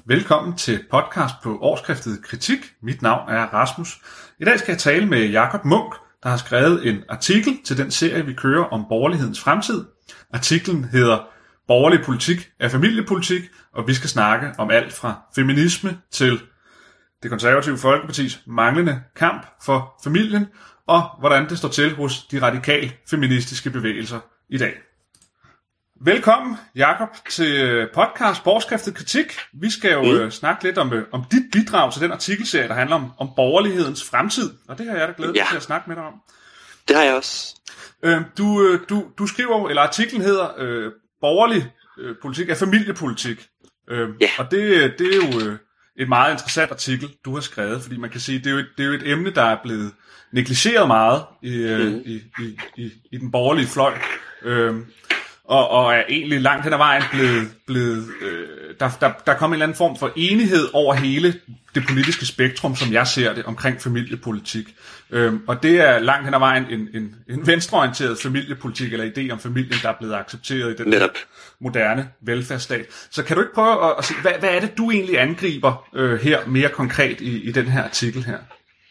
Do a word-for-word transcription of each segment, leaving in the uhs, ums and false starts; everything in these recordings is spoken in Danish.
Velkommen til podcast på årskriftet Kritik. Mit navn er Rasmus. I dag skal jeg tale med Jakob Munk, der har skrevet en artikel til den serie, vi kører om borgerlighedens fremtid. Artiklen hedder Borgerlig politik er familiepolitik, og vi skal snakke om alt fra feminisme til det konservative Folkepartis manglende kamp for familien, og hvordan det står til hos de radikale feministiske bevægelser i dag. Velkommen, Jakob, til podcast Borgerskiftet Kritik. Vi skal jo mm. snakke lidt om, om dit bidrag til den artikelserie, der handler om, om borgerlighedens fremtid. Og det har jeg da glædet mig ja. til at snakke med dig om. Det har jeg også. Øh, du, du, du skriver, eller artiklen hedder øh, Borgerlig øh, politik er familiepolitik. Øh, ja. Og det, det er jo øh, et meget interessant artikel, du har skrevet, fordi man kan sige, det er jo et, det er jo et emne, der er blevet negligeret meget i, øh, mm. i, i, i, i den borgerlige fløj. Øh, Og, og er egentlig langt hen ad vejen blevet, blevet øh, der, der, der kom en eller anden form for enighed over hele det politiske spektrum, som jeg ser det, omkring familiepolitik. Øhm, og det er langt hen ad vejen en, en, en venstreorienteret familiepolitik, eller idé om familien, der er blevet accepteret i den Netop. moderne velfærdsstat. Så kan du ikke prøve at, at sige, hvad, hvad er det, du egentlig angriber øh, her mere konkret i, i den her artikel her?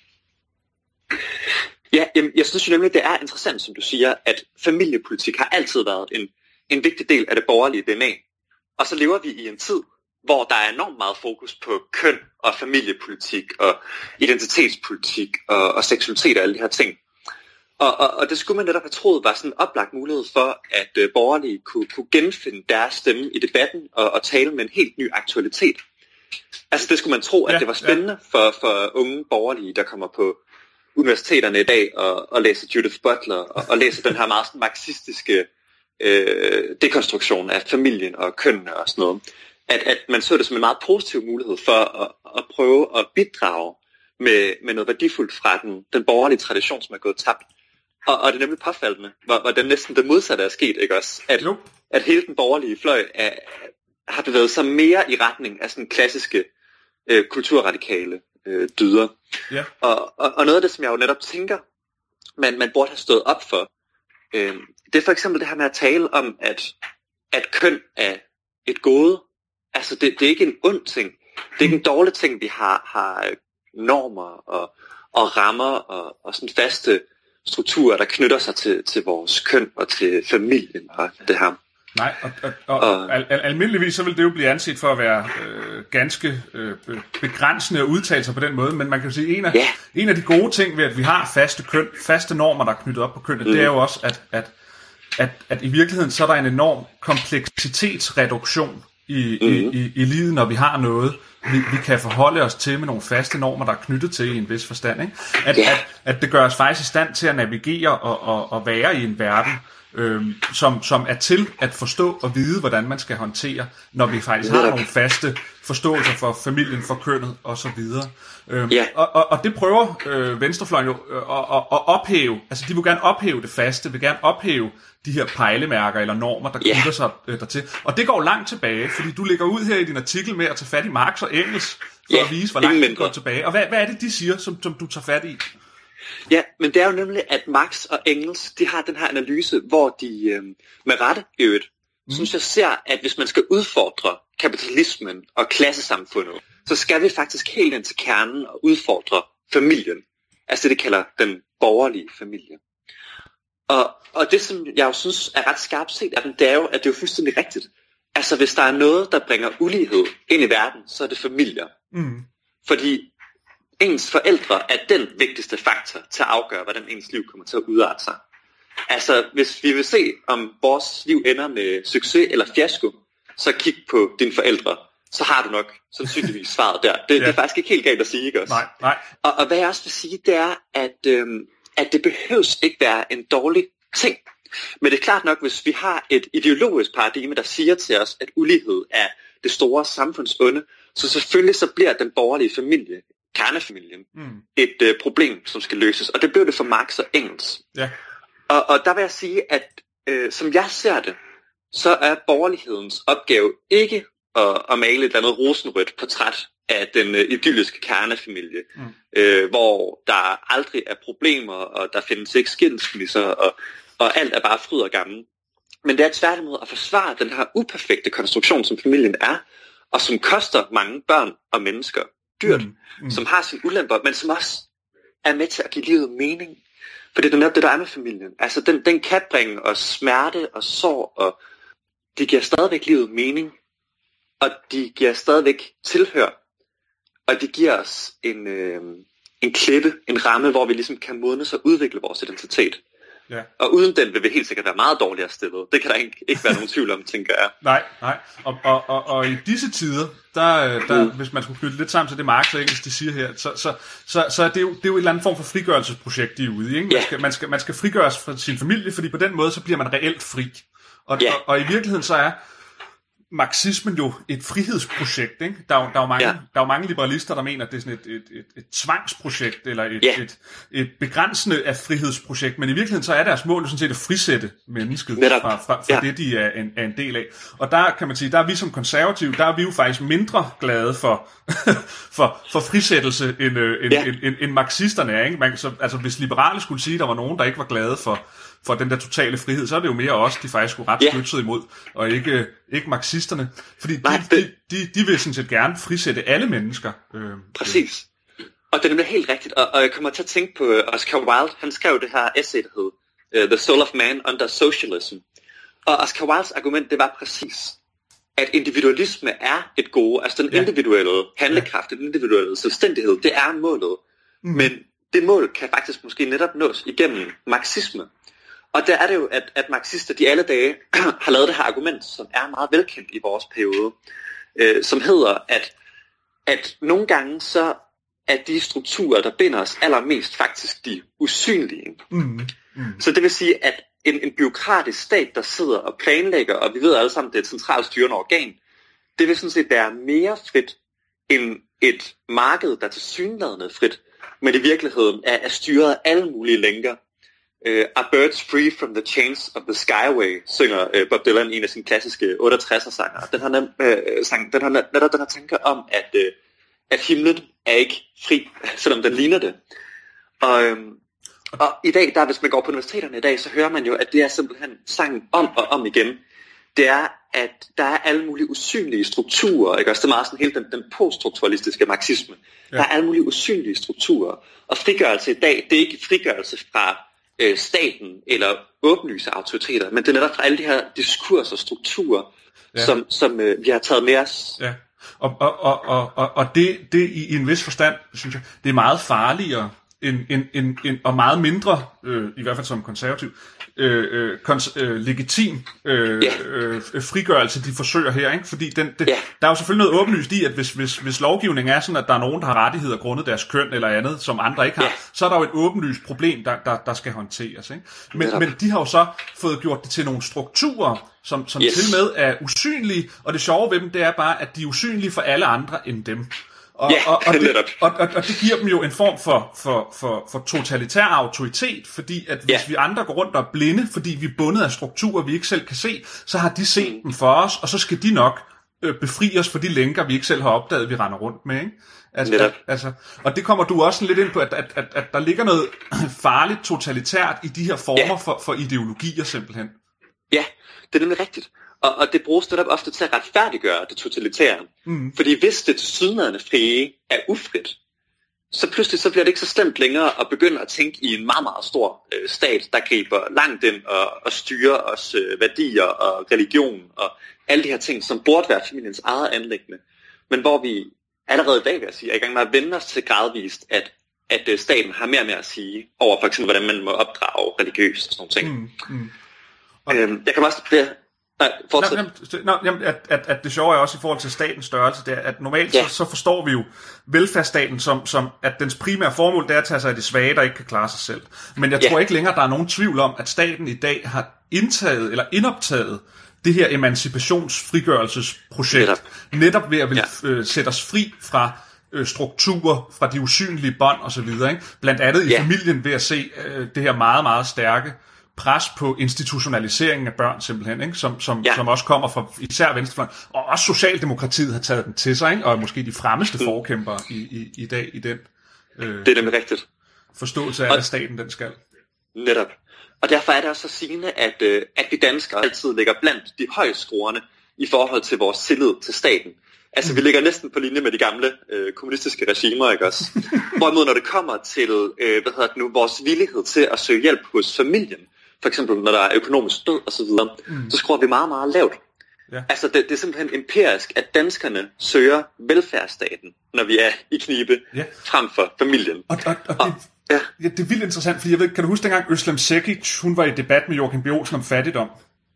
Ja, jamen, jeg synes jo nemlig, det er interessant, som du siger, at familiepolitik har altid været en en vigtig del af det borgerlige D N A. Og så lever vi i en tid, hvor der er enormt meget fokus på køn og familiepolitik og identitetspolitik og, og seksualitet og alle de her ting. Og, og, og det skulle man netop have troet var sådan en oplagt mulighed for, at uh, borgerlige kunne, kunne genfinde deres stemme i debatten og, og tale med en helt ny aktualitet. Altså det skulle man tro, at ja, det var spændende ja. for, for unge borgerlige, der kommer på universiteterne i dag og, og læser Judith Butler og, og læser den her meget sådan marxistiske Øh, dekonstruktion af familien og kønnene og sådan noget, at, at man så det som en meget positiv mulighed for at, at prøve at bidrage med, med noget værdifuldt fra den, den borgerlige tradition, som er gået tabt. Og, og det er nemlig påfaldende, hvordan næsten det modsatte er sket, ikke også? At, at hele den borgerlige fløj er, har bevæget sig mere i retning af sådan klassiske øh, kulturradikale øh, dyder. Yeah. Og, og, og noget af det, som jeg jo netop tænker, man, man burde have stået op for, øh, det er for eksempel det her med at tale om, at, at køn er et gode. Altså det, det er ikke en ond ting. Det er ikke en dårlig ting, vi har, har normer og, og rammer og, og sådan faste strukturer, der knytter sig til, til vores køn og til familien og det her. Nej, og, og, og, og al, al, almindeligvis så vil det jo blive anset for at være øh, ganske øh, begrænsende at udtale sig på den måde, men man kan jo sige, en af, yeah. en af de gode ting ved, at vi har faste køn, faste normer, der er knyttet op på kønnet, mm. det er jo også, at, at At, at i virkeligheden så er der en enorm kompleksitetsreduktion i, mm-hmm. i, i, i livet, når vi har noget, vi, vi kan forholde os til med nogle faste normer, der er knyttet til i en vis forstand. Ikke? At, yeah. at, at det gør os faktisk i stand til at navigere og, og, og være i en verden, øhm, som, som er til at forstå og vide, hvordan man skal håndtere, når vi faktisk har nogle faste forståelser for familien, for kønnet osv. Øhm, yeah. og, og, og det prøver øh, venstrefløjen jo øh, at, at, at ophæve, altså de vil gerne ophæve det faste, vil gerne ophæve de her pejlemærker eller normer, der knytter yeah. sig øh, dertil. Og det går langt tilbage, fordi du lægger ud her i din artikel med at tage fat i Marx og Engels, for yeah. at vise, hvor langt det går tilbage. Og hvad, hvad er det, de siger, som, som du tager fat i? Ja, men det er jo nemlig, at Marx og Engels, de har den her analyse, hvor de øh, med rette i øvrigt, mm. synes jeg ser, at hvis man skal udfordre kapitalismen og klassesamfundet, så skal vi faktisk helt ind til kernen og udfordre familien. Altså det, de kalder den borgerlige familie. Og, og det, som jeg jo synes er ret skarpt set af dem, det er jo, at det er jo fuldstændig rigtigt. Altså hvis der er noget, der bringer ulighed ind i verden, så er det familier. Mm. Fordi ens forældre er den vigtigste faktor til at afgøre, hvordan ens liv kommer til at udarte sig. Altså hvis vi vil se, om vores liv ender med succes eller fiasko, så kig på dine forældre. Så har du nok sandsynligvis svaret der. Det, ja. det er faktisk ikke helt galt at sige, ikke også? Nej, nej. Og, og hvad jeg også vil sige, det er, at, øhm, at det behøves ikke være en dårlig ting. Men det er klart nok, hvis vi har et ideologisk paradigme, der siger til os, at ulighed er det store samfundsonde, så selvfølgelig så bliver den borgerlige familie, kernefamilien, mm. et øh, problem, som skal løses. Og det blev det for Marx og Engels. Ja. Og, og der vil jeg sige, at øh, som jeg ser det, så er borgerlighedens opgave ikke at, at male et eller andet rosenrødt portræt af den øh, idylliske kernefamilie, mm. øh, hvor der aldrig er problemer, og der findes ikke skilsmisser, og, og alt er bare fryd og gammel. Men det er tværtimod at forsvare den her uperfekte konstruktion, som familien er, og som koster mange børn og mennesker dyrt, mm, mm. som har sine ulemper, men som også er med til at give livet mening. For det er netop det, der er med familien. Altså, den, den kan bringe os smerte og sorg, og de giver stadigvæk livet mening, og de giver stadigvæk tilhør, og de giver os en, øh, en klippe, en ramme, hvor vi ligesom kan modnes og udvikle vores identitet. Ja. Og uden den vil vi helt sikkert være meget dårligere stillet. Det kan der ikke, ikke være nogen tvivl om, tænker jeg. Nej, nej. Og, og, og, og i disse tider, der, der, mm. hvis man skulle knytte lidt sammen til det Marx og Engels, de siger her, så, så, så, så er det, jo, det er jo et eller andet form for frigørelsesprojekt, de er ude i. Ikke? Man, yeah. skal, man, skal, man skal frigøres fra sin familie, fordi på den måde, så bliver man reelt fri. Og, yeah. og, og i virkeligheden så er marxismen jo et frihedsprojekt, ikke? Der er jo, der er jo mange, ja. der er jo mange liberalister, der mener, at det er sådan et, et, et, et tvangsprojekt, eller et, ja. et, et begrænsende af frihedsprojekt, men i virkeligheden så er deres mål sådan set at frisætte mennesket fra, fra, fra ja. det, de er en, er en del af. Og der kan man sige, der er vi som konservative, der er vi jo faktisk mindre glade for, for, for frisættelse, end, end, ja. end, end, end marxisterne er, ikke? Man, så, altså hvis liberale skulle sige, at der var nogen, der ikke var glade for for den der totale frihed, så er det jo mere os, de faktisk skulle ret yeah. skytset imod, og ikke, ikke marxisterne. Fordi de, Nej, det... de, de, de vil sådan set gerne frisætte alle mennesker. Øh, Præcis. Og det er nemlig helt rigtigt. Og, og jeg kommer til at tænke på Oscar Wilde. Han skrev det her essay, der hed uh, The Soul of Man Under Socialism. Og Oscar Wildes argument, det var præcis, at individualisme er et gode. Altså den ja. individuelle handlekraft, den individuelle selvstændighed, det er målet. Mm. Men det mål kan faktisk måske netop nås igennem marxisme. Og der er det jo, at, at marxister de alle dage har lavet det her argument, som er meget velkendt i vores periode, øh, som hedder, at, at nogle gange så er de strukturer, der binder os allermest, faktisk de usynlige. Mm, mm. Så det vil sige, at en, en bureaukratisk stat, der sidder og planlægger, og vi ved alle sammen, det er et centralt styrende organ, det vil sådan set være mere frit end et marked, der tilsyneladende frit, men i virkeligheden er, er styret af alle mulige lænker. Uh, Are birds free from the chains of the skyway, synger uh, Bob Dylan en af sine klassiske otteogtresser sanger. Den har, uh, sang, den har netop den her tanke om, at, uh, at himlen er ikke fri, selvom den ligner det. Og, um, og i dag, der, hvis man går på universiteterne i dag, så hører man jo, at det er simpelthen sangen om og om igen. Det er, at der er alle mulige usynlige strukturer, ikke? Også det er meget sådan hele den, den poststrukturalistiske marxisme. Ja. Der er alle mulige usynlige strukturer. Og frigørelse i dag, det er ikke frigørelse fra staten eller åbenlyse autoriteter, men det er netop fra alle de her diskurser og strukturer, ja. som, som øh, vi har taget med os. Ja. Og, og, og, og, og, og det, det i, i en vis forstand, synes jeg, det er meget farligere end, end, end, end, og meget mindre, øh, i hvert fald som konservativ, øh, kons, øh, legitim øh, yeah. øh, frigørelse, de forsøger her, ikke? Fordi den, det, yeah. der er jo selvfølgelig noget åbenlyst i, at hvis, hvis, hvis lovgivningen er sådan, at der er nogen, der har rettigheder grundet deres køn eller andet, som andre ikke har, yeah. så er der jo et åbenlyst problem, der, der, der skal håndteres, ikke? Men, men de har jo så fået gjort det til nogle strukturer, som, som yes. til med er usynlige, og det sjove ved dem, det er bare, at de er usynlige for alle andre end dem. Og, yeah, og, og, det, og, og, og det giver dem jo en form for, for, for, for totalitær autoritet, fordi at hvis yeah. vi andre går rundt og er blinde, fordi vi er bundet af strukturer, vi ikke selv kan se, så har de set mm. dem for os, og så skal de nok øh, befri os for de lænker, vi ikke selv har opdaget, vi render rundt med, ikke? Altså, at, altså, og det kommer du også lidt ind på, at, at, at, at der ligger noget farligt totalitært i de her former yeah. for, for ideologier simpelthen. Ja, det er nemlig rigtigt. Og, og det bruges netop ofte til at retfærdiggøre det totalitære. Mm. Fordi hvis det tilsyneladende frie er ufrit, så pludselig så bliver det ikke så slemt længere at begynde at tænke i en meget, meget stor øh, stat, der griber langt ind og, og styrer os øh, værdier og religion og alle de her ting, som burde være familiens eget anliggende. Men hvor vi allerede i dag, vil jeg sige, er i gang med at vende os til gradvist, at, at øh, staten har mere og mere at sige over for eksempel, hvordan man må opdrage religiøst og sådan nogle ting. Mm. Mm. Og... Øhm, jeg kan også... Det, Nej, nå, nå, jamen, at, at, at det sjove er også i forhold til statens størrelse, det er, at normalt ja. så, så forstår vi jo velfærdsstaten som, som, at dens primære formål det er at tage sig af de svage, der ikke kan klare sig selv. Men jeg ja. tror ikke længere, der er nogen tvivl om, at staten i dag har indtaget eller indoptaget det her emancipationsfrigørelsesprojekt, netop, netop ved at vil, ja. øh, sætte os fri fra øh, strukturer, fra de usynlige bånd osv., ikke? Blandt andet i ja. familien ved at se øh, det her meget, meget stærke pres på institutionaliseringen af børn simpelthen, ikke? Som, som, ja. som også kommer fra især venstrefløjen, og også Socialdemokratiet har taget den til sig, ikke? Og er måske de fremmeste mm. forkæmpere i, i, i dag i den øh, det er nemlig rigtigt. Forståelse af, og, at staten den skal. Netop. Og derfor er det også så sigende, at, øh, at vi danskere altid ligger blandt de højst skruerne i forhold til vores tillid til staten. Altså, vi ligger næsten på linje med de gamle øh, kommunistiske regimer, ikke også? Hvorimod, når det kommer til, øh, hvad hedder det nu, vores villighed til at søge hjælp hos familien, for eksempel når der er økonomisk død og så videre, mm. så skruer vi meget, meget lavt. Ja. Altså, det, det er simpelthen empirisk, at danskerne søger velfærdsstaten, når vi er i knibe, ja. frem for familien. Og, og, og, og det, ja. Ja, det er vildt interessant, fordi jeg ved, kan du huske dengang Özlem Cekic, hun var i debat med Joachim B. Olsen om fattigdom?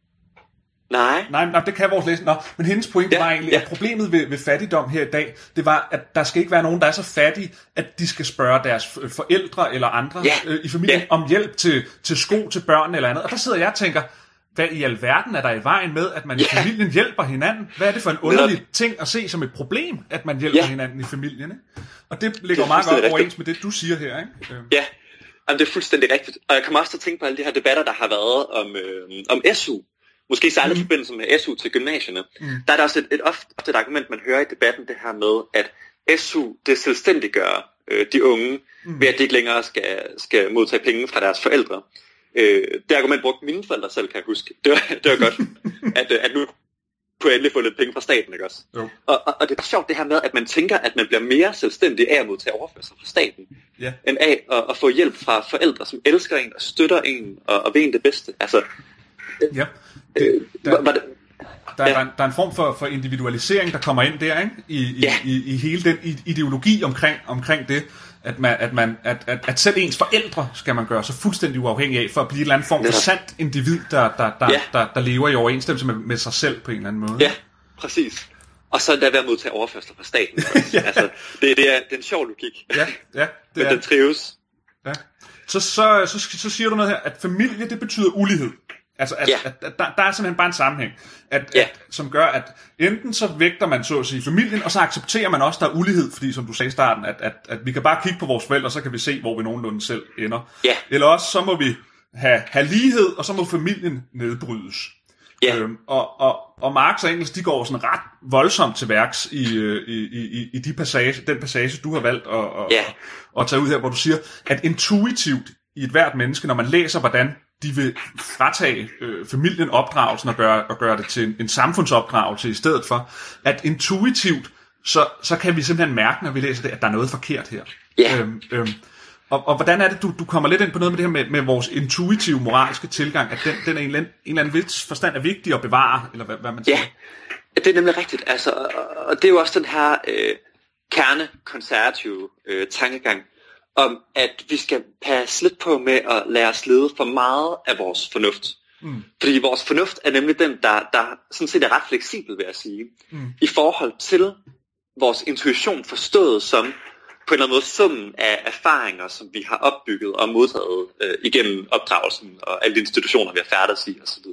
Nej. Nej, nej, det kan vores læse. Nå, men hendes pointe ja, var egentlig, ja. at problemet ved, ved fattigdom her i dag, det var, at der skal ikke være nogen, der er så fattige, at de skal spørge deres forældre eller andre ja. øh, i familien ja. om hjælp til, til sko til børn eller andet. Og der sidder jeg og tænker, hvad i alverden er der i vejen med, at man ja. i familien hjælper hinanden? Hvad er det for en underlig ting at se som et problem, at man hjælper ja. hinanden i familien? Ikke? Og det ligger det meget godt overens med det, du siger her, ikke? Ja, jamen, det er fuldstændig rigtigt. Og jeg kommer også til at tænke på alle de her debatter, der har været om, øh, om S U. Måske særligt i forbindelse med S U til gymnasierne. Mm. Der er der også et, et ofte et argument, man hører i debatten, det her med, at S U det selvstændiggør øh, de unge, mm. ved at de ikke længere skal, skal modtage penge fra deres forældre. Øh, det argument brugte mine forældre selv, kan jeg huske. Det var, det var godt, at, at nu kunne jeg endelig få lidt penge fra staten, ikke også? Jo. Og, og, og det er sjovt det her med, at man tænker, at man bliver mere selvstændig af at modtage overførsler fra staten, yeah. end af at, at få hjælp fra forældre, som elsker en og støtter en og, og ved en det bedste. Altså, ja. Det, der, var det, der, ja. er, der er en form for, for individualisering, der kommer ind der, ikke? I, i, ja. i, i hele den ideologi omkring, omkring det, at, man, at, man, at, at, at selv ens forældre skal man gøre så fuldstændig uafhængig af, for at blive en eller anden form for sandt individ, der, der, der, ja. der, der lever i overensstemmelse med, med sig selv på en eller anden måde. Ja, præcis. Og så er der ved at modtage overførsler fra staten. ja. Altså, det, det, er, det er en sjov logik. Ja, ja, det men er. den trives. Ja. Så, så, så, så, så siger du noget her, at familie, det betyder ulighed. Altså, at, ja. at, at der, der er simpelthen bare en sammenhæng, at, ja. at, som gør, at enten så vægter man så at sige familien, og så accepterer man også, der er ulighed, fordi som du sagde i starten, at, at, at vi kan bare kigge på vores forældre, så kan vi se, hvor vi nogenlunde selv ender. Ja. Eller også så må vi have, have lighed, og så må familien nedbrydes. Ja. Øhm, og, og, og Marx og Engels, de går sådan ret voldsomt til værks i, i, i, i de passage, den passage, du har valgt at, at, ja. at, at tage ud her, hvor du siger, at intuitivt i et hvert menneske, når man læser, hvordan de vil fratage øh, familien opdragelsen og gøre, og gøre det til en, en samfundsopdragelse i stedet for, at intuitivt, så, så kan vi simpelthen mærke, når vi læser det, at der er noget forkert her. Yeah. Øhm, øhm, og, og hvordan er det, du, du kommer lidt ind på noget med det her med, med vores intuitive moralske tilgang, at den, den er en, en eller anden vis forstand er vigtig at bevare, eller hvad, hvad man siger? Ja, det er nemlig rigtigt. Altså, og det er jo også den her øh, kernekonservative øh, tankegang, om at vi skal passe lidt på med at lade os lede for meget af vores fornuft. Mm. Fordi vores fornuft er nemlig den, der, der sådan set er ret fleksibel, vil jeg sige, mm. i forhold til vores intuition forstået som på en eller anden måde summen af erfaringer, som vi har opbygget og modtaget øh, igennem opdragelsen og alle de institutioner, vi har færdes i osv.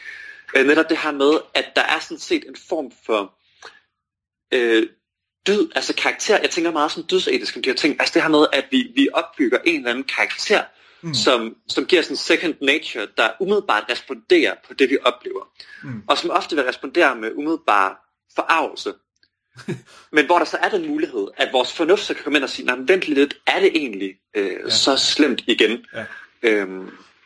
Øh, netop det her med, at der er sådan set en form for øh, død, altså karakter, jeg tænker meget som dødsetisk om de her ting, altså det her med, at vi, vi opbygger en eller anden karakter, mm. som, som giver sådan en second nature, der umiddelbart responderer på det, vi oplever. Mm. Og som ofte vil respondere med umiddelbar forarvelse. Men hvor der så er den mulighed, at vores fornuft så kan komme ind og sige, nej, men vent lidt, er det egentlig øh, ja. så slemt igen? Ja. Øhm,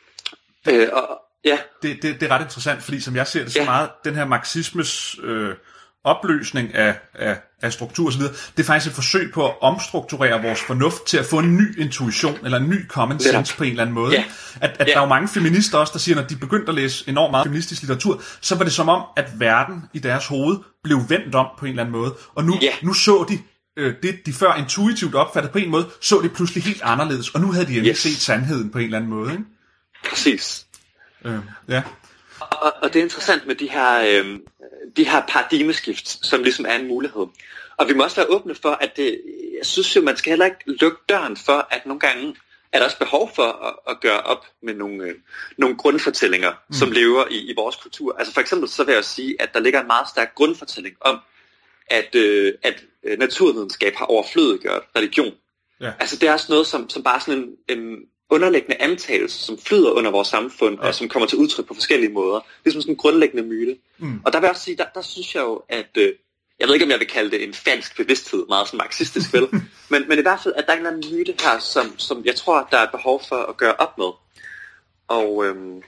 øh, og, ja. Det, det, det er ret interessant, fordi som jeg ser det så ja. meget, den her marxismes øh, opløsning af, af, af struktur osv., det er faktisk et forsøg på at omstrukturere vores fornuft til at få en ny intuition, eller en ny common sense på en eller anden måde. Yeah. At, at yeah. der er jo mange feminister også, der siger, når de begyndte at læse enormt meget feministisk litteratur, så var det som om, at verden i deres hoved blev vendt om på en eller anden måde. Og nu, yeah. nu så de øh, det, de før intuitivt opfattede på en måde, så det pludselig helt anderledes. Og nu havde de endelig yes. set sandheden på en eller anden måde. Ikke? Præcis. Øh, ja. Og, og det er interessant med de her, øh, de her paradigmeskift, som ligesom er en mulighed. Og vi må også være åbne for, at det, jeg synes jo, man skal heller ikke lukke døren for, at nogle gange er der også behov for at, at gøre op med nogle, øh, nogle grundfortællinger, mm. som lever i, i vores kultur. Altså for eksempel så vil jeg sige, at der ligger en meget stærk grundfortælling om, at, øh, at naturvidenskab har overflødiggjort religion. Ja. Altså det er også noget, som, som bare sådan en, en underliggende antagelse, som flyder under vores samfund, ja. og som kommer til udtryk på forskellige måder. Det er som sådan en grundlæggende myte. Mm. Og der vil jeg også sige, der, der synes jeg jo, at øh, jeg ved ikke, om jeg vil kalde det en falsk bevidsthed, meget sådan marxistisk vel, men, men i hvert fald, at der er en eller anden myte her, som, som jeg tror, der er behov for at gøre op med. Og, øhm,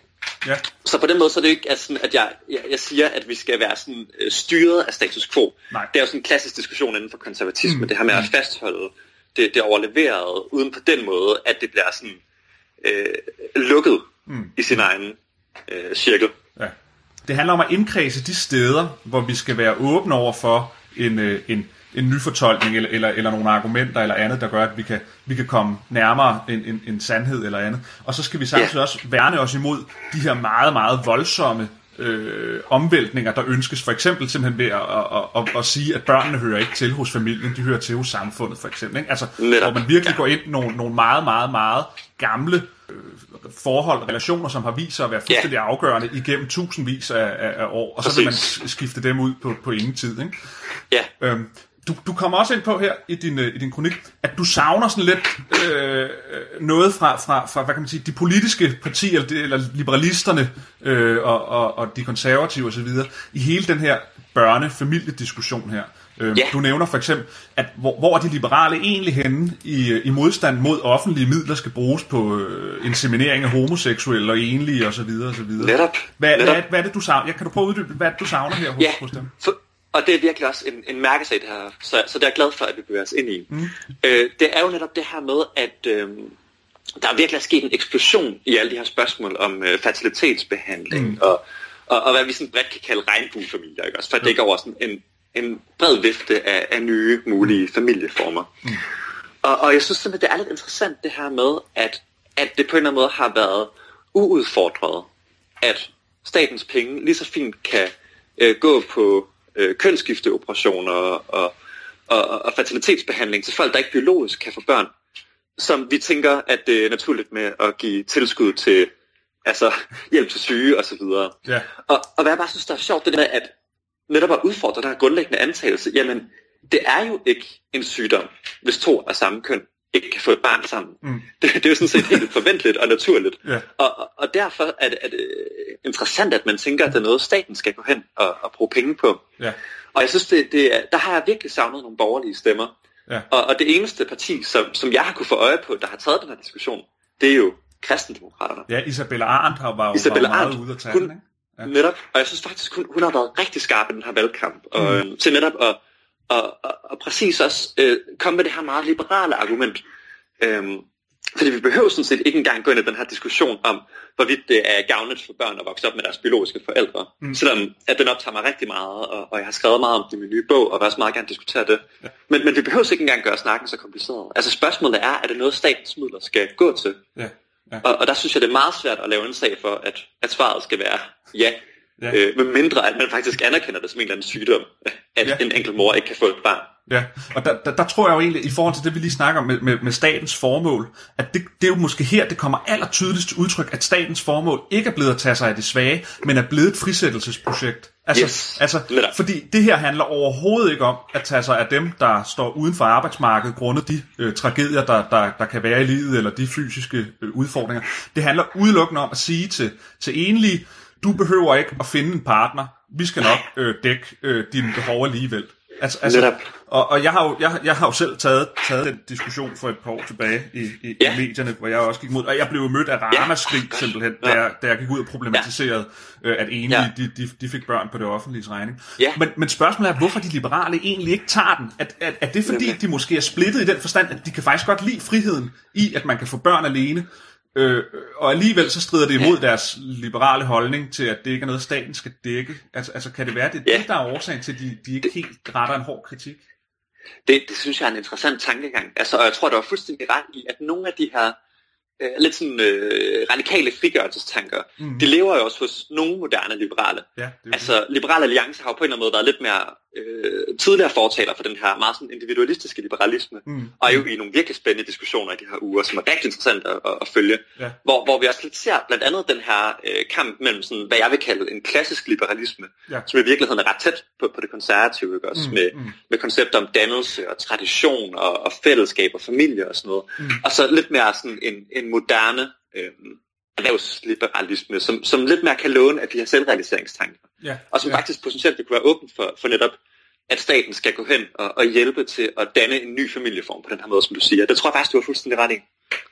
Ja. Så på den måde så er det jo ikke at, sådan, at jeg, jeg, jeg siger, at vi skal være sådan, øh, styret af status quo. Nej. Det er jo sådan en klassisk diskussion inden for konservatisme, mm. det her med at fastholde det, det overleverede, uden på den måde, at det bliver sådan øh, lukket mm. i sin egen øh, cirkel. Ja. Det handler om at indkredse de steder, hvor vi skal være åbne over for en, øh, en, en ny fortolkning, eller, eller, eller nogle argumenter eller andet, der gør, at vi kan, vi kan komme nærmere en, en, en sandhed eller andet. Og så skal vi samtidig yeah. også værne os imod de her meget, meget voldsomme øh, omvæltninger, der ønskes. For eksempel simpelthen ved at, at, at, at, at sige, at børnene hører ikke til hos familien, de hører til hos samfundet, for eksempel. Ikke? Altså, hvor man virkelig går ind i nogle, nogle meget, meget, meget gamle øh, forhold, relationer, som har vist sig at være fuldstændig yeah. afgørende igennem tusindvis af, af, af år, og så vil man skifte dem ud på, på ingen tid. Ikke? Ja. Øhm, Du, du kommer også ind på her i din, i din kronik, at du savner sådan lidt øh, noget fra, fra, fra, hvad kan man sige, de politiske partier, eller, eller liberalisterne øh, og, og, og de konservative osv., i hele den her børne-familiediskussion her. Øh, yeah. Du nævner for eksempel, at hvor, hvor er de liberale egentlig henne i, i modstand mod offentlige midler skal bruges på øh, inseminering af homoseksuelle og enlige osv. osv. Netop. Hvad, Netop. Hvad, hvad er det, du savner? Ja, kan du prøve at uddybe, hvad du savner her hos, yeah. hos dem? For Og det er virkelig også en, en mærkesag, det her, så, så det er jeg glad for, at vi bevæger os ind i. Mm. Øh, det er jo netop det her med, at øh, der er virkelig er sket en eksplosion i alle de her spørgsmål om øh, fertilitetsbehandling, mm. og, og, og hvad vi sådan bredt kan kalde regnbuefamilier, ikke? Også for at dække over sådan en, en bred vifte af, af nye mulige familieformer. Mm. Og, og jeg synes simpelthen, det er lidt interessant det her med, at, at det på en eller anden måde har været uudfordret, at statens penge lige så fint kan øh, gå på Øh, kønsskifteoperationer og, og, og fertilitetsbehandling til folk, der ikke biologisk kan få børn, som vi tænker, at det er naturligt med at give tilskud til altså hjælp til syge osv. Yeah. Og, og hvad jeg bare synes, der er sjovt, det der med, at netop at udfordre den her grundlæggende antagelse, jamen, det er jo ikke en sygdom, hvis to af samme køn ikke kan få et barn sammen. Mm. Det, det er jo sådan set helt forventeligt og naturligt. Yeah. Og, og, og derfor er det, er det interessant, at man tænker, at det er noget, staten skal gå hen og, og bruge penge på. Yeah. Og jeg synes, det, det er, der har jeg virkelig savnet nogle borgerlige stemmer. Yeah. Og, og det eneste parti, som, som jeg har kunne få øje på, der har taget den her diskussion, det er jo Kristendemokraterne. Ja, Isabella Arendt har var jo Isabella var meget ude at tage hun, den, ikke? Ja. Netop, og jeg synes faktisk, hun, hun har været rigtig skarp i den her valgkamp. Og, mm. til netop at Og, og, og præcis også øh, komme med det her meget liberale argument. Øhm, fordi vi behøver sådan set ikke engang gå ind i den her diskussion om, hvorvidt det er gavnligt for børn at vokse op med deres biologiske forældre. Mm. Selvom at den optager mig rigtig meget, og, og jeg har skrevet meget om det i min nye bog, og vil også meget gerne diskutere det. Ja. Men, men vi behøver ikke engang gøre snakken så kompliceret. Altså spørgsmålet er, er det noget statens midler skal gå til? Ja. Ja. Og, og der synes jeg, det er meget svært at lave en sag for, at, at svaret skal være ja. Ja. Øh, med mindre at man faktisk anerkender det som en eller anden sygdom, at ja. en enkelt mor ikke kan få et barn. Ja, og der, der, der tror jeg jo egentlig, i forhold til det, vi lige snakker om med, med, med statens formål, at det, det er jo måske her, det kommer aller tydeligst til udtryk, at statens formål ikke er blevet at tage sig af de svage, men er blevet et frisættelsesprojekt. Altså, yes. altså fordi det her handler overhovedet ikke om at tage sig af dem, der står uden for arbejdsmarkedet, grundet de øh, tragedier, der, der, der kan være i livet, eller de fysiske øh, udfordringer. Det handler udelukkende om at sige til, til enlige, du behøver ikke at finde en partner. Vi skal nok øh, dække øh, dine behov alligevel. Altså, altså, og, og jeg har jo jeg, jeg har jo selv taget taget den diskussion for et par år tilbage i, i, ja. i medierne, hvor jeg også gik mod, og jeg blev mødt af ramaskrig ja. simpelthen, da jeg, da jeg gik ud og problematiserede, ja. øh, at enige ja. de, de, de fik børn på det offentliges regning. Ja. Men, men spørgsmålet er, hvorfor de liberale egentlig ikke tager den? At, at, er det fordi, de måske er splittet i den forstand, at de kan faktisk godt lide friheden i, at man kan få børn alene? Øh, og alligevel så strider det imod ja. deres liberale holdning til, at det ikke er noget, staten skal dække. Altså, altså kan det være, det er ja. det, der er årsagen til, at de, de ikke helt retter en hård kritik? Det, det synes jeg er en interessant tankegang. Altså, og jeg tror, der var fuldstændig ret i, at nogle af de her øh, lidt sådan øh, radikale frigørelsestanker, mm. de lever jo også hos nogle moderne liberale. Ja, altså, det. Liberal Alliance har jo på en eller anden måde været lidt mere øh, tidligere fortaler for den her meget sådan individualistiske liberalisme, mm. og er jo i nogle virkelig spændende diskussioner i de her uger, som er rigtig interessant at, at, at følge, ja. hvor, hvor vi også lidt ser blandt andet den her øh, kamp mellem sådan, hvad jeg vil kalde en klassisk liberalisme, ja. som i virkeligheden er ret tæt på, på det konservative, ikke? Også mm. med, mm. med koncepter om dannelse og tradition og, og fællesskab og familie og sådan noget, mm. og så lidt mere sådan en, en moderne øh, erhvervsliberalisme, som, som lidt mere kan låne af de her selvrealiseringstanker, ja. og som ja. faktisk potentielt vil kunne være åben for, for netop at staten skal gå hen og, og hjælpe til at danne en ny familieform på den her måde, som du siger. Det tror jeg faktisk, du har fuldstændig ret i.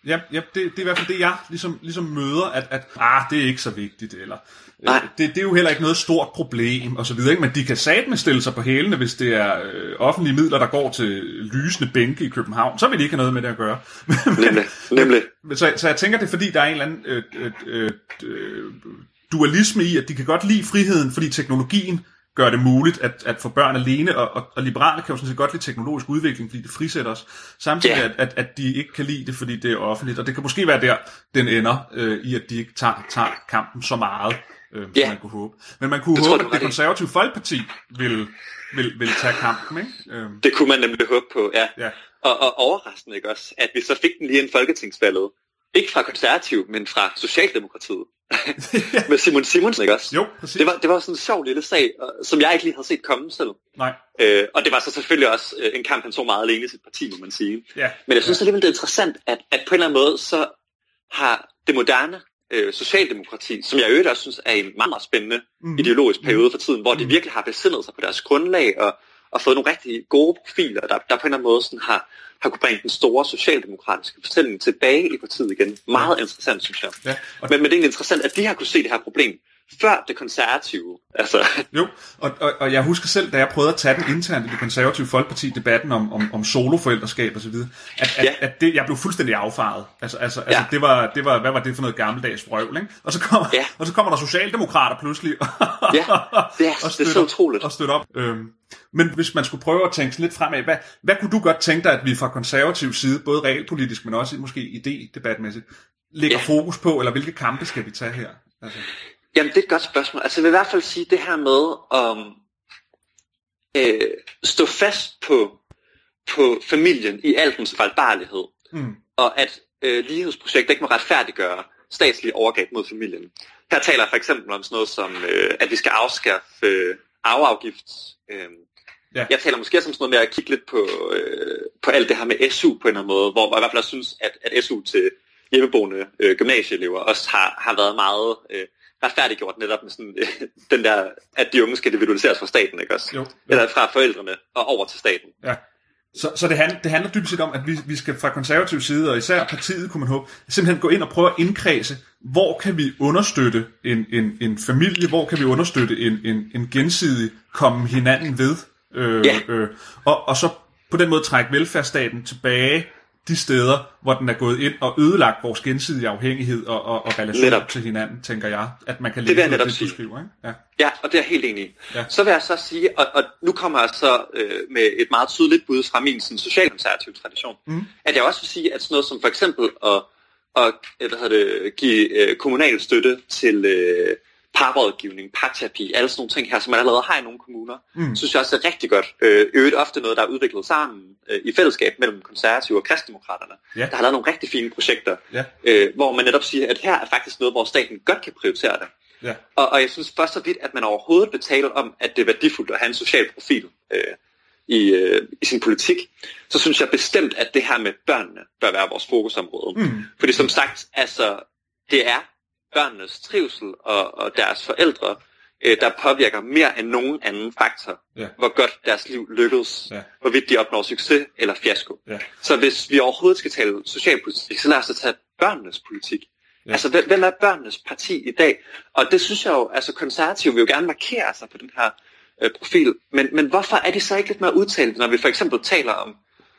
Ja, ja det, det er i hvert fald det, jeg ligesom, ligesom møder, at, at ah, det er ikke så vigtigt, eller øh, det, det er jo heller ikke noget stort problem, og så videre, ikke? Men de kan satme stille sig på hælene, hvis det er øh, offentlige midler, der går til lysende bænke i København, så vil de ikke have noget med det at gøre. Nemlig, nemlig. Så, så jeg tænker, det er fordi, der er en eller anden øh, øh, øh, dualisme i, at de kan godt lide friheden, fordi teknologien gør det muligt at, at få børn alene, og, og, og liberale kan jo sådan set godt lide teknologisk udvikling, fordi det frisætter os, samtidig yeah. at, at, at de ikke kan lide det, fordi det er offentligt, og det kan måske være der, den ender øh, i, at de ikke tager, tager kampen så meget, øh, yeah. som man kunne håbe. Men man kunne det håbe, tror, at det konservative Folkeparti vil, vil, vil tage kampen, ikke? Øh. Det kunne man nemlig håbe på, ja. ja. Og, og overraskende, ikke også, at vi så fik den lige en folketingsvalget. Ikke fra konservativ, men fra Socialdemokratiet. Med Simon Simonsen, ikke også? Jo, præcis. Det var, det var sådan en sjov lille sag, som jeg ikke lige havde set komme selv. Nej. Øh, og det var så selvfølgelig også øh, en kamp, han tog meget alene i sit parti, må man sige. Ja. Men jeg synes alligevel, det er interessant, at, at på en eller anden måde, så har det moderne øh, Socialdemokrati, som jeg øvrigt også synes er en meget, meget spændende mm. ideologisk periode for tiden, hvor mm. de virkelig har besindet sig på deres grundlag, og, og fået nogle rigtig gode profiler, der, der på en eller anden måde sådan har har kunne bringe den store socialdemokratiske fortælling tilbage i partiet igen. Meget interessant, synes jeg. Ja, og men, men det er interessant, at de har kunne se det her problem før det konservative. Altså. Jo, og, og, og jeg husker selv, da jeg prøvede at tage den internt i det konservative Folkeparti, debatten om, om, om soloforældreskab og så videre, at, at, ja. at det, jeg blev fuldstændig affaret. Altså, altså, ja. altså det, var, det var, hvad var det for noget gammeldags vrøvl, ikke? Og så kommer, ja. og så kommer der socialdemokrater pludselig og, ja, det er, og støtter, det er så utroligt. Og støtter op. Øhm, men hvis man skulle prøve at tænke lidt fremad, hvad, hvad kunne du godt tænke dig, at vi fra konservativ side, både realpolitisk, men også måske idé-debatmæssigt, lægger ja. fokus på, eller hvilke kampe skal vi tage her? Altså. Jamen, det er et godt spørgsmål. Altså, jeg vil i hvert fald sige det her med at um, øh, stå fast på, på familien i al dens fejlbarlighed, mm. og at øh, lighedsprojekter ikke må retfærdiggøre statslige overgreb mod familien. Her taler jeg for eksempel om sådan noget som, øh, at vi skal afskaffe øh, arveafgift. Øh, ja. Jeg taler måske som sådan noget med at kigge lidt på, øh, på alt det her med S U på en eller anden måde, hvor jeg i hvert fald synes, at, at S U til hjemmeboende øh, gymnasieelever også har, har været meget øh, retfærdiggjort netop med sådan, øh, den der, at de unge skal individualiseres fra staten, ikke også? Jo, jo. Eller fra forældrene og over til staten. Ja. Så, så det, handler, det handler dybest set om, at vi, vi skal fra konservativ side, og især partiet, kunne man håbe, simpelthen gå ind og prøve at indkredse, hvor kan vi understøtte en, en, en familie, hvor kan vi understøtte en, en, en gensidig komme hinanden ved, øh, ja. øh, og, og så på den måde trække velfærdsstaten tilbage de steder, hvor den er gået ind og ødelagt vores gensidige afhængighed og, og, og relation netop. Til hinanden, tænker jeg, at man kan læse det, det, du skriver, ikke? Ja. Ja, og det er jeg helt enig i. Ja. Så vil jeg så sige, og, og nu kommer jeg så øh, med et meget tydeligt bud fra min sådan, socialkonservative tradition, mm. at jeg også vil sige, at sådan noget som for eksempel at, at hvad hedder det, give øh, kommunal støtte til øh, parrådgivning, parterapi, alle sådan nogle ting her, som man allerede har i nogle kommuner, mm. synes jeg også er rigtig godt. Øh, øvrigt ofte noget, der er udviklet sammen øh, i fællesskab mellem konservative og kristdemokraterne. Yeah. Der har lavet nogle rigtig fine projekter, yeah. øh, hvor man netop siger, at her er faktisk noget, hvor staten godt kan prioritere det. Yeah. Og, og jeg synes først så vidt, at man overhovedet vil tale om, at det er værdifuldt at have en social profil øh, i, øh, i sin politik, så synes jeg bestemt, at det her med børnene bør være vores fokusområde. Mm. Fordi som sagt, altså, det er børnenes trivsel og, og deres forældre, øh, der påvirker mere end nogen anden faktor, yeah. hvor godt deres liv lykkes, yeah. hvorvidt de opnår succes eller fiasko. Yeah. Så hvis vi overhovedet skal tale socialpolitik, så lad os tage børnenes politik. Yeah. Altså, hvem er børnenes parti i dag? Og det synes jeg jo, altså konservative vil jo gerne markere sig på den her øh, profil, men, men hvorfor er de så ikke lidt mere udtalt, når vi for eksempel taler om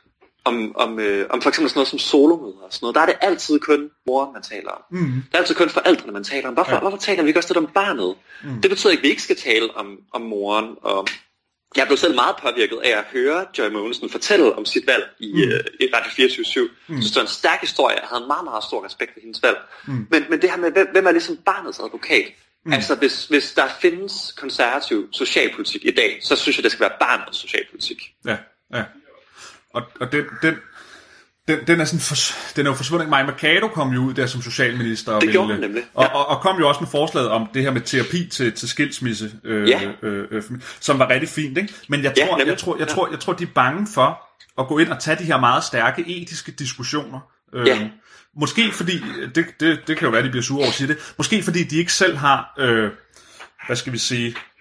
Om, om, øh, om for eksempel sådan noget som solomøder og sådan noget, der er det altid kun mor, man taler om. Mm. Det er altid kun forældrene, man taler om. Hvorfor, ja. hvorfor taler vi ikke også lidt om barnet? Mm. Det betyder ikke, at vi ikke skal tale om, om moren. Og jeg blev selv meget påvirket af at høre Joy Mogensen fortælle om sit valg i, mm. øh, i Radio fireogtyve syv. Mm. Jeg synes, det var en stærk historie. Jeg havde en meget, meget stor respekt for hendes valg. Mm. Men, men det her med, hvem er ligesom barnets advokat? Mm. Altså, hvis, hvis der findes konservativ socialpolitik i dag, så synes jeg, det skal være barnets socialpolitik. Ja, ja. Og, og den, den, den, den er sådan for, den er jo forsvundet. Maja Mercado kom jo ud der som socialminister og, det gjorde ville, nemlig. Ja. Og, og, og kom jo også med forslaget om det her med terapi til, til skilsmisse, øh, ja. øh, øh, som var rigtig fint, ikke? Men jeg tror, ja, jeg tror, jeg tror, jeg tror, de er bange for at gå ind og tage de her meget stærke etiske diskussioner. Øh, ja. Måske fordi det, det, det kan jo være, de bliver sure over at sige det. Måske fordi de ikke selv har, øh, hvad skal vi sige,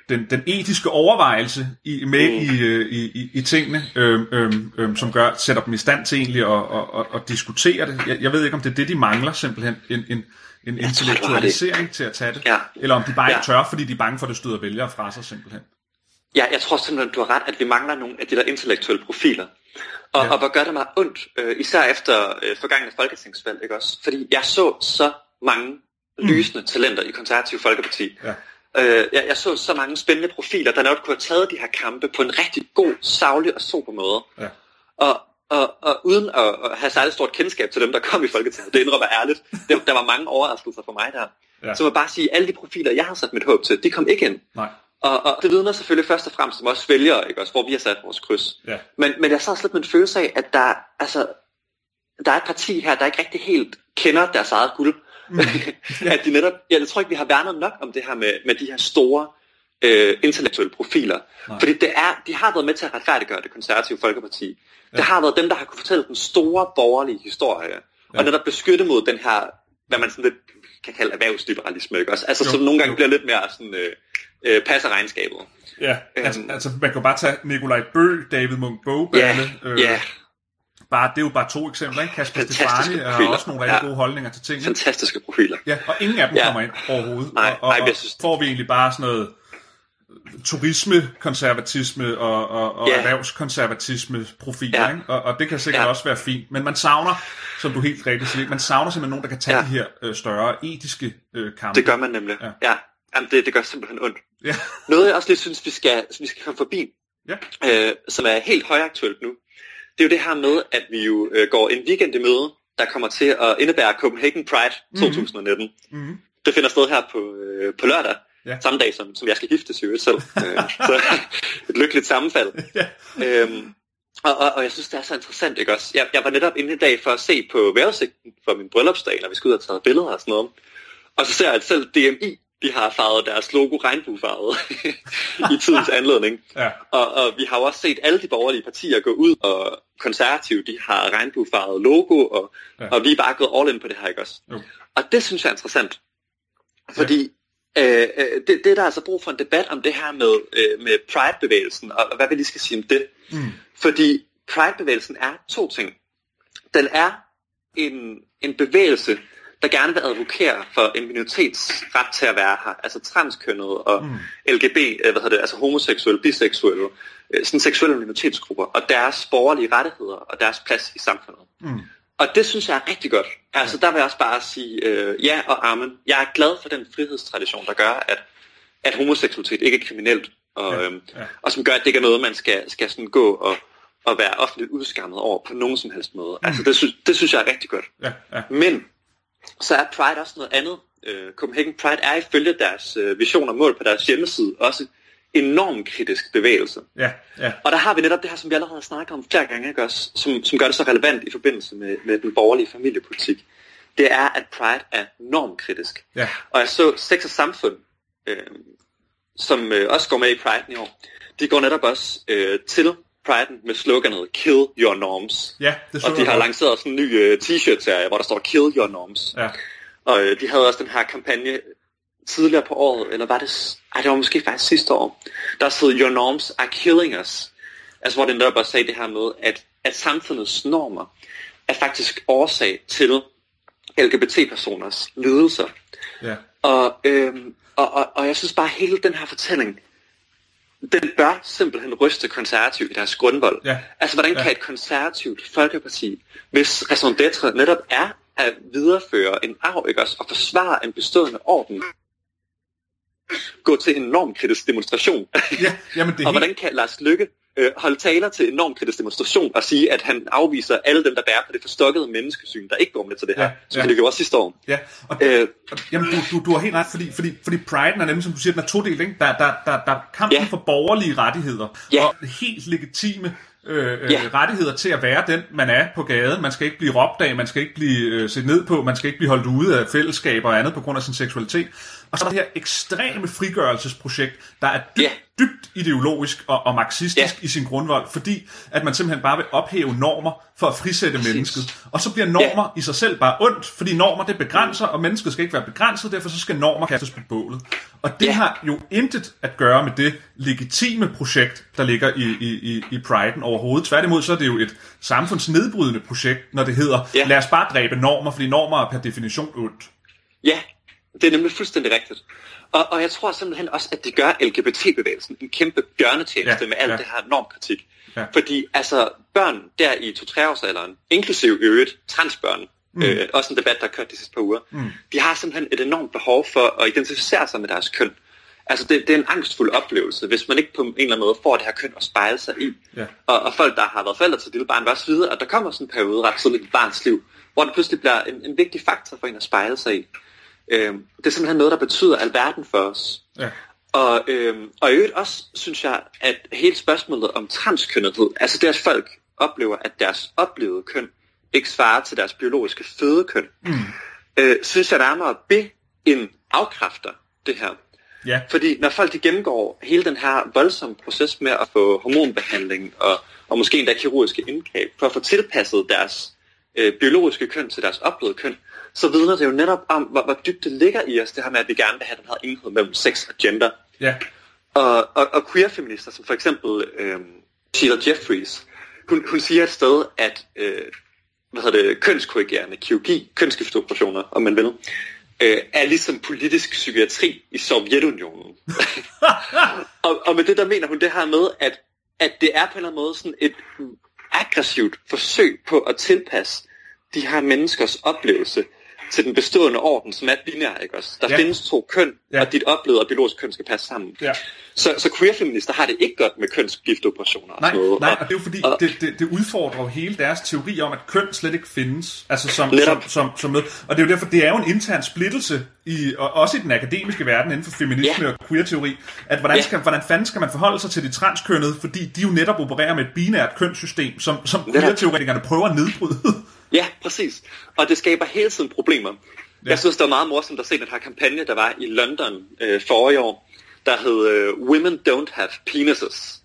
den, den etiske overvejelse i, med mm. i, i, i tingene, øhm, øhm, øhm, som gør, sætter dem i stand til egentlig at, at, at, at diskutere det. Jeg, jeg ved ikke, om det er det, de mangler simpelthen, en, en, en intellektualisering til at tage det, ja. Eller om de bare ikke ja. tør, fordi de er bange for, at det støder vælgere fra sig simpelthen. Ja, jeg tror simpelthen, du har ret, at vi mangler nogle af de der intellektuelle profiler. Og, ja. og hvad gør det mig ondt, øh, især efter øh, forgangne folketingsvalg, ikke også? Fordi jeg så så mange lysende mm. talenter i Konservative Folkeparti. Ja. Øh, jeg, jeg så så mange spændende profiler, der nok kunne have taget de her kampe på en rigtig god, saglig og sober måde. Ja. Og, og, og uden at, at have særligt stort kendskab til dem, der kom i Folketinget, det indrømmer ærligt, der, der var mange overraskelser for mig der. Ja. Så må jeg bare sige, at alle de profiler, jeg har sat mit håb til, de kom ikke ind. Nej. Og, og det vidner selvfølgelig først og fremmest som også vælgere, ikke også, hvor vi har sat vores kryds. Ja. Men, men jeg så slet med en følelse af, at der, altså, der er et parti her, der ikke rigtig helt kender deres eget guld. Mm. At de netop, jeg tror ikke, vi har værnet nok om det her med, med de her store øh, intellektuelle profiler. Nej. Fordi det er, de har været med til at retfærdiggøre det Konservative Folkeparti. Ja. Det har været dem, der har kunne fortælle den store borgerlige historie. Ja. Og netop beskytte mod den her, hvad man sådan lidt kan kalde erhvervsliberalisme, ikke også? Altså jo, som nogle gange jo. bliver lidt mere sådan... Øh, Øh, passer regnskabet. Ja, altså, um, altså man kan bare tage Nikolaj Bøgh, David Munch-Bogballe. Ja, øh, ja. Bare, det er jo bare to eksempler, ikke? Kasper Stefani har også nogle rigtig ja. gode holdninger til ting. Fantastiske profiler. Ja, og ingen af dem ja. kommer ind overhovedet. Nej, og, og, nej, jeg synes... og får vi egentlig bare sådan noget turisme-konservatisme og, og, og ja. erhvervskonservatisme-profiler, ja. ikke? Og, og det kan sikkert ja. også være fint. Men man savner, som du helt rigtigt siger, man savner simpelthen nogen, der kan tage ja. de her øh, større etiske øh, kampe. Det gør man nemlig, ja. ja. Jamen, det, det gør simpelthen ondt. Ja. Noget jeg også lidt synes, vi skal, vi skal komme forbi, ja. øh, som er helt højaktuelt nu, det er jo det her med, at vi jo øh, går en weekend i møde, der kommer til at indebære Copenhagen Pride mm-hmm. to tusind nitten. Mm-hmm. Det finder sted her på, øh, på lørdag, ja. samme dag som, som jeg skal giftes i øvrigt selv. øh, så et lykkeligt sammenfald. Ja. Øhm, og, og, og jeg synes, det er så interessant, ikke også? Jeg, jeg var netop inde i dag for at se på vejrudsigten for min bryllupsdag, når vi skulle ud og tage billeder og sådan noget. Og så ser jeg, at selv D M I, de har farvet deres logo regnbuefarvet i tidens anledning. Ja. Og, og vi har jo også set alle de borgerlige partier gå ud, og Konservative, de har regnbuefarvet logo, og, ja. og vi er bare gået all in på det her, ikke også? Jo. Og det synes jeg er interessant. Fordi ja. øh, det, det er der altså brug for en debat om det her med, øh, med Pride-bevægelsen, og, og hvad vi lige skal sige om det. Mm. Fordi Pride-bevægelsen er to ting. Den er en, en bevægelse, der gerne vil advokere for en minoritets ret til at være her, altså transkønnet og mm. L G B, hvad hedder det, altså homoseksuelle, biseksuelle, sådan seksuelle minoritetsgrupper, og deres borgerlige rettigheder og deres plads i samfundet. Mm. Og det synes jeg er rigtig godt. Altså der vil jeg også bare sige øh, ja og amen. Jeg er glad for den frihedstradition, der gør, at, at homoseksualitet ikke er kriminelt, og, ja. Øhm, ja. og som gør, at det ikke er noget, man skal, skal sådan gå og, og være offentligt udskammet over på nogen som helst måde. Mm. Altså det, sy- det synes jeg er rigtig godt. Ja. Ja. Men så er Pride også noget andet. Uh, Copenhagen Pride er ifølge deres uh, vision og mål på deres hjemmeside også enormt kritisk bevægelse. Ja, ja. Og der har vi netop det her, som vi allerede har snakket om flere gange, ikke også? Som, som gør det så relevant i forbindelse med, med den borgerlige familiepolitik. Det er, at Pride er enormt kritisk. Ja. Og jeg så Sex og Samfund, øh, som øh, også går med i Pride i år, de går netop også øh, til Priden med sloganet Kill Your Norms. Ja, det og de har lanceret sådan en ny uh, t-shirt-serie, hvor der står Kill Your Norms. Ja. Og uh, de havde også den her kampagne tidligere på året, eller var det... Ej, det var måske faktisk sidste år. Der stod Your Norms are killing us. Altså hvor den der bare sagde det her med, at, at samfundets normer er faktisk årsag til L G B T-personers lidelser. Ja. Og, øhm, og, og, og jeg synes bare, hele den her fortælling, den bør simpelthen ryste konservativt i deres grundvold. Ja. Altså, hvordan kan ja. et konservativt folkeparti, hvis raison d'être netop er at videreføre en arv, ikke også, og forsvare en bestående orden, gå til en normkritisk demonstration? Ja, jamen det og hvordan kan Lars Løkke øh, holde taler til en normkritisk demonstration og sige, at han afviser alle dem, der bærer på det forstokkede menneskesyn, der ikke går med til det her, ja, som ja. han det gjorde sidste år. Ja, og, øh, og, jamen du, du, du har helt ret, fordi, fordi, fordi Pride'en er nemlig, som du siger, den er todelt, ikke? Der, der, der, der er kampen ja. for borgerlige rettigheder, ja. og helt legitime øh, ja. rettigheder til at være den, man er på gaden. Man skal ikke blive råbt af, man skal ikke blive øh, set ned på, man skal ikke blive holdt ude af fællesskaber og andet på grund af sin seksualitet. Og så er det her ekstreme frigørelsesprojekt, der er dybt, yeah. dybt ideologisk og, og marxistisk yeah. i sin grundvold, fordi at man simpelthen bare vil ophæve normer for at frisætte Præcis. mennesket. Og så bliver normer yeah. i sig selv bare ondt, fordi normer det begrænser, og mennesket skal ikke være begrænset, derfor så skal normer kastes på bålet. Og det yeah. har jo intet at gøre med det legitime projekt, der ligger i, i, i, i Priden overhovedet. Tværtimod så er det jo et samfundsnedbrydende projekt, når det hedder, yeah. lad os bare dræbe normer, fordi normer er per definition ondt. Ja, det er nemlig fuldstændig rigtigt. Og, og jeg tror simpelthen også, at det gør L G B T-bevægelsen en kæmpe bjørnetjeneste ja, med alt ja. det her normkritik. Ja. Fordi altså børn der i to-tre årsalderen, inklusive i øvrigt transbørn, mm. øh, også en debat, der har kørt de sidste par uger, mm. de har simpelthen et enormt behov for at identificere sig med deres køn. Altså det, det er en angstfuld oplevelse, hvis man ikke på en eller anden måde får det her køn at spejle sig i. Ja. Og, og folk, der har været forældre til et lille barn, vil også vide, at der kommer sådan en periode ret tidligt i barns liv, hvor det pludselig bliver en, en vigtig faktor for en at spejle sig i. Øhm, det er simpelthen noget, der betyder alverden for os. Ja. Og, øhm, og i øvrigt også, synes jeg, at hele spørgsmålet om transkønnethed, altså det, at folk oplever, at deres oplevede køn ikke svarer til deres biologiske fødekøn, mm. øh, synes jeg nærmere be en afkræfter det her. Yeah. Fordi når folk de gennemgår hele den her voldsomme proces med at få hormonbehandling og, og måske endda kirurgiske indgreb for at få tilpasset deres øh, biologiske køn til deres oplevede køn, så vidner det jo netop om, hvor, hvor dybt det ligger i os, det her med, at vi gerne vil have den her enhed mellem sex og gender. Yeah. Og, og, og queer-feminister, som for eksempel øh, Sheila Jeffries, hun, hun siger et sted, at øh, hvad hedder det, kønskorrigerende kirurgi, kønsskiftoperationer, om man vil, øh, er ligesom politisk psykiatri i Sovjetunionen. og, og med det der mener hun det her med, at, at det er på en eller anden måde sådan et aggressivt forsøg på at tilpasse de her menneskers oplevelse til den bestående orden, som er binær, ikke også? Der ja. findes to køn, ja. og dit oplevede og biologiske køn skal passe sammen. Ja. Så, så queer-feminister har det ikke godt med kønsskiftoperationer og nej, sådan noget. Nej, og, og det er jo fordi, og, det, det, det udfordrer jo hele deres teori om, at køn slet ikke findes. Altså som, som, som, som med. Og det er jo derfor, det er jo en intern splittelse, i, og også i den akademiske verden inden for feminisme ja. og queer-teori, at hvordan, skal, ja. hvordan fanden skal man forholde sig til de transkønnede, fordi de jo netop opererer med et binært kønssystem, som, som queer-teoretikerne prøver at nedbryde. Ja, præcis. Og det skaber hele tiden problemer. Ja. Jeg synes, det var meget morsomt at se den her kampagne, der var i London øh, forrige år, der hed øh, Women Don't Have Penises.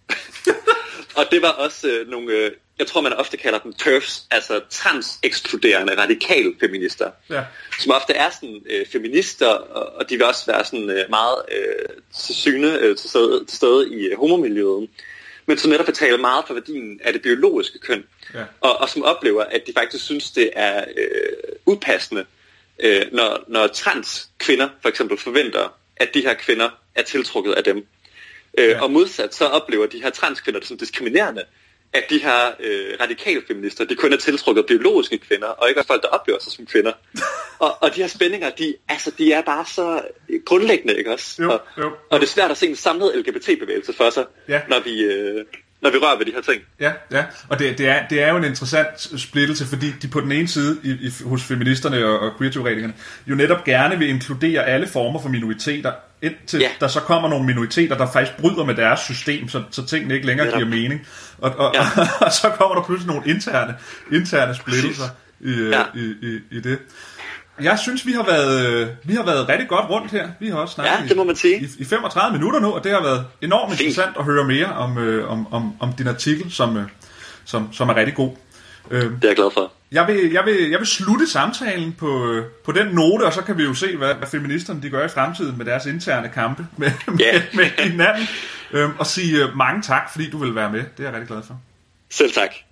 Og det var også øh, nogle, øh, jeg tror man ofte kalder dem TERFs, altså transekskluderende radikale feminister, ja. som ofte er sådan øh, feminister, og, og de vil også være sådan øh, meget øh, til syne øh, til, stede, til stede i øh, homomiljøet, men som netop betaler meget for værdien af det biologiske køn, ja. og, og som oplever, at de faktisk synes, det er øh, upassende, øh, når, når trans kvinder for eksempel forventer, at de her kvinder er tiltrukket af dem. Øh, ja. Og modsat, så oplever de her transkvinder det som diskriminerende, at de her øh, radikale feminister, de kun er tiltrukket af biologiske kvinder, og ikke af folk, der oplever sig som kvinder. og, og de her spændinger, de, altså, de er bare så grundlæggende, ikke også? Jo, og, jo, jo. og det er svært at se en samlet L G B T-bevægelse for sig, ja. når vi... Øh, når vi rører ved de her ting. Ja, ja. Og det, det, er, det er jo en interessant splittelse, fordi de på den ene side i, i, hos feministerne og, og queer-teoretikerne jo netop gerne vil inkludere alle former for minoriteter, indtil ja. der så kommer nogle minoriteter, der faktisk bryder med deres system, så, så tingene ikke længere netop. giver mening. Og, og, ja. og, og så kommer der pludselig nogle interne, interne splittelser i, ja. i, i, i det. Jeg synes, vi har været vi har været rigtig godt rundt her. Vi har også snakket ja, det må man sige. I, i femogtredive minutter nu, og det har været enormt Fint. interessant at høre mere om, øh, om, om, om din artikel, som, øh, som, som er rigtig god. Øh, det er jeg glad for. Jeg vil, jeg vil, jeg vil slutte samtalen på, øh, på den note, og så kan vi jo se, hvad, hvad feministerne de gør i fremtiden med deres interne kampe med, yeah. med, med hinanden. Øh, og sige øh, mange tak, fordi du vil være med. Det er jeg rigtig glad for. Selv tak.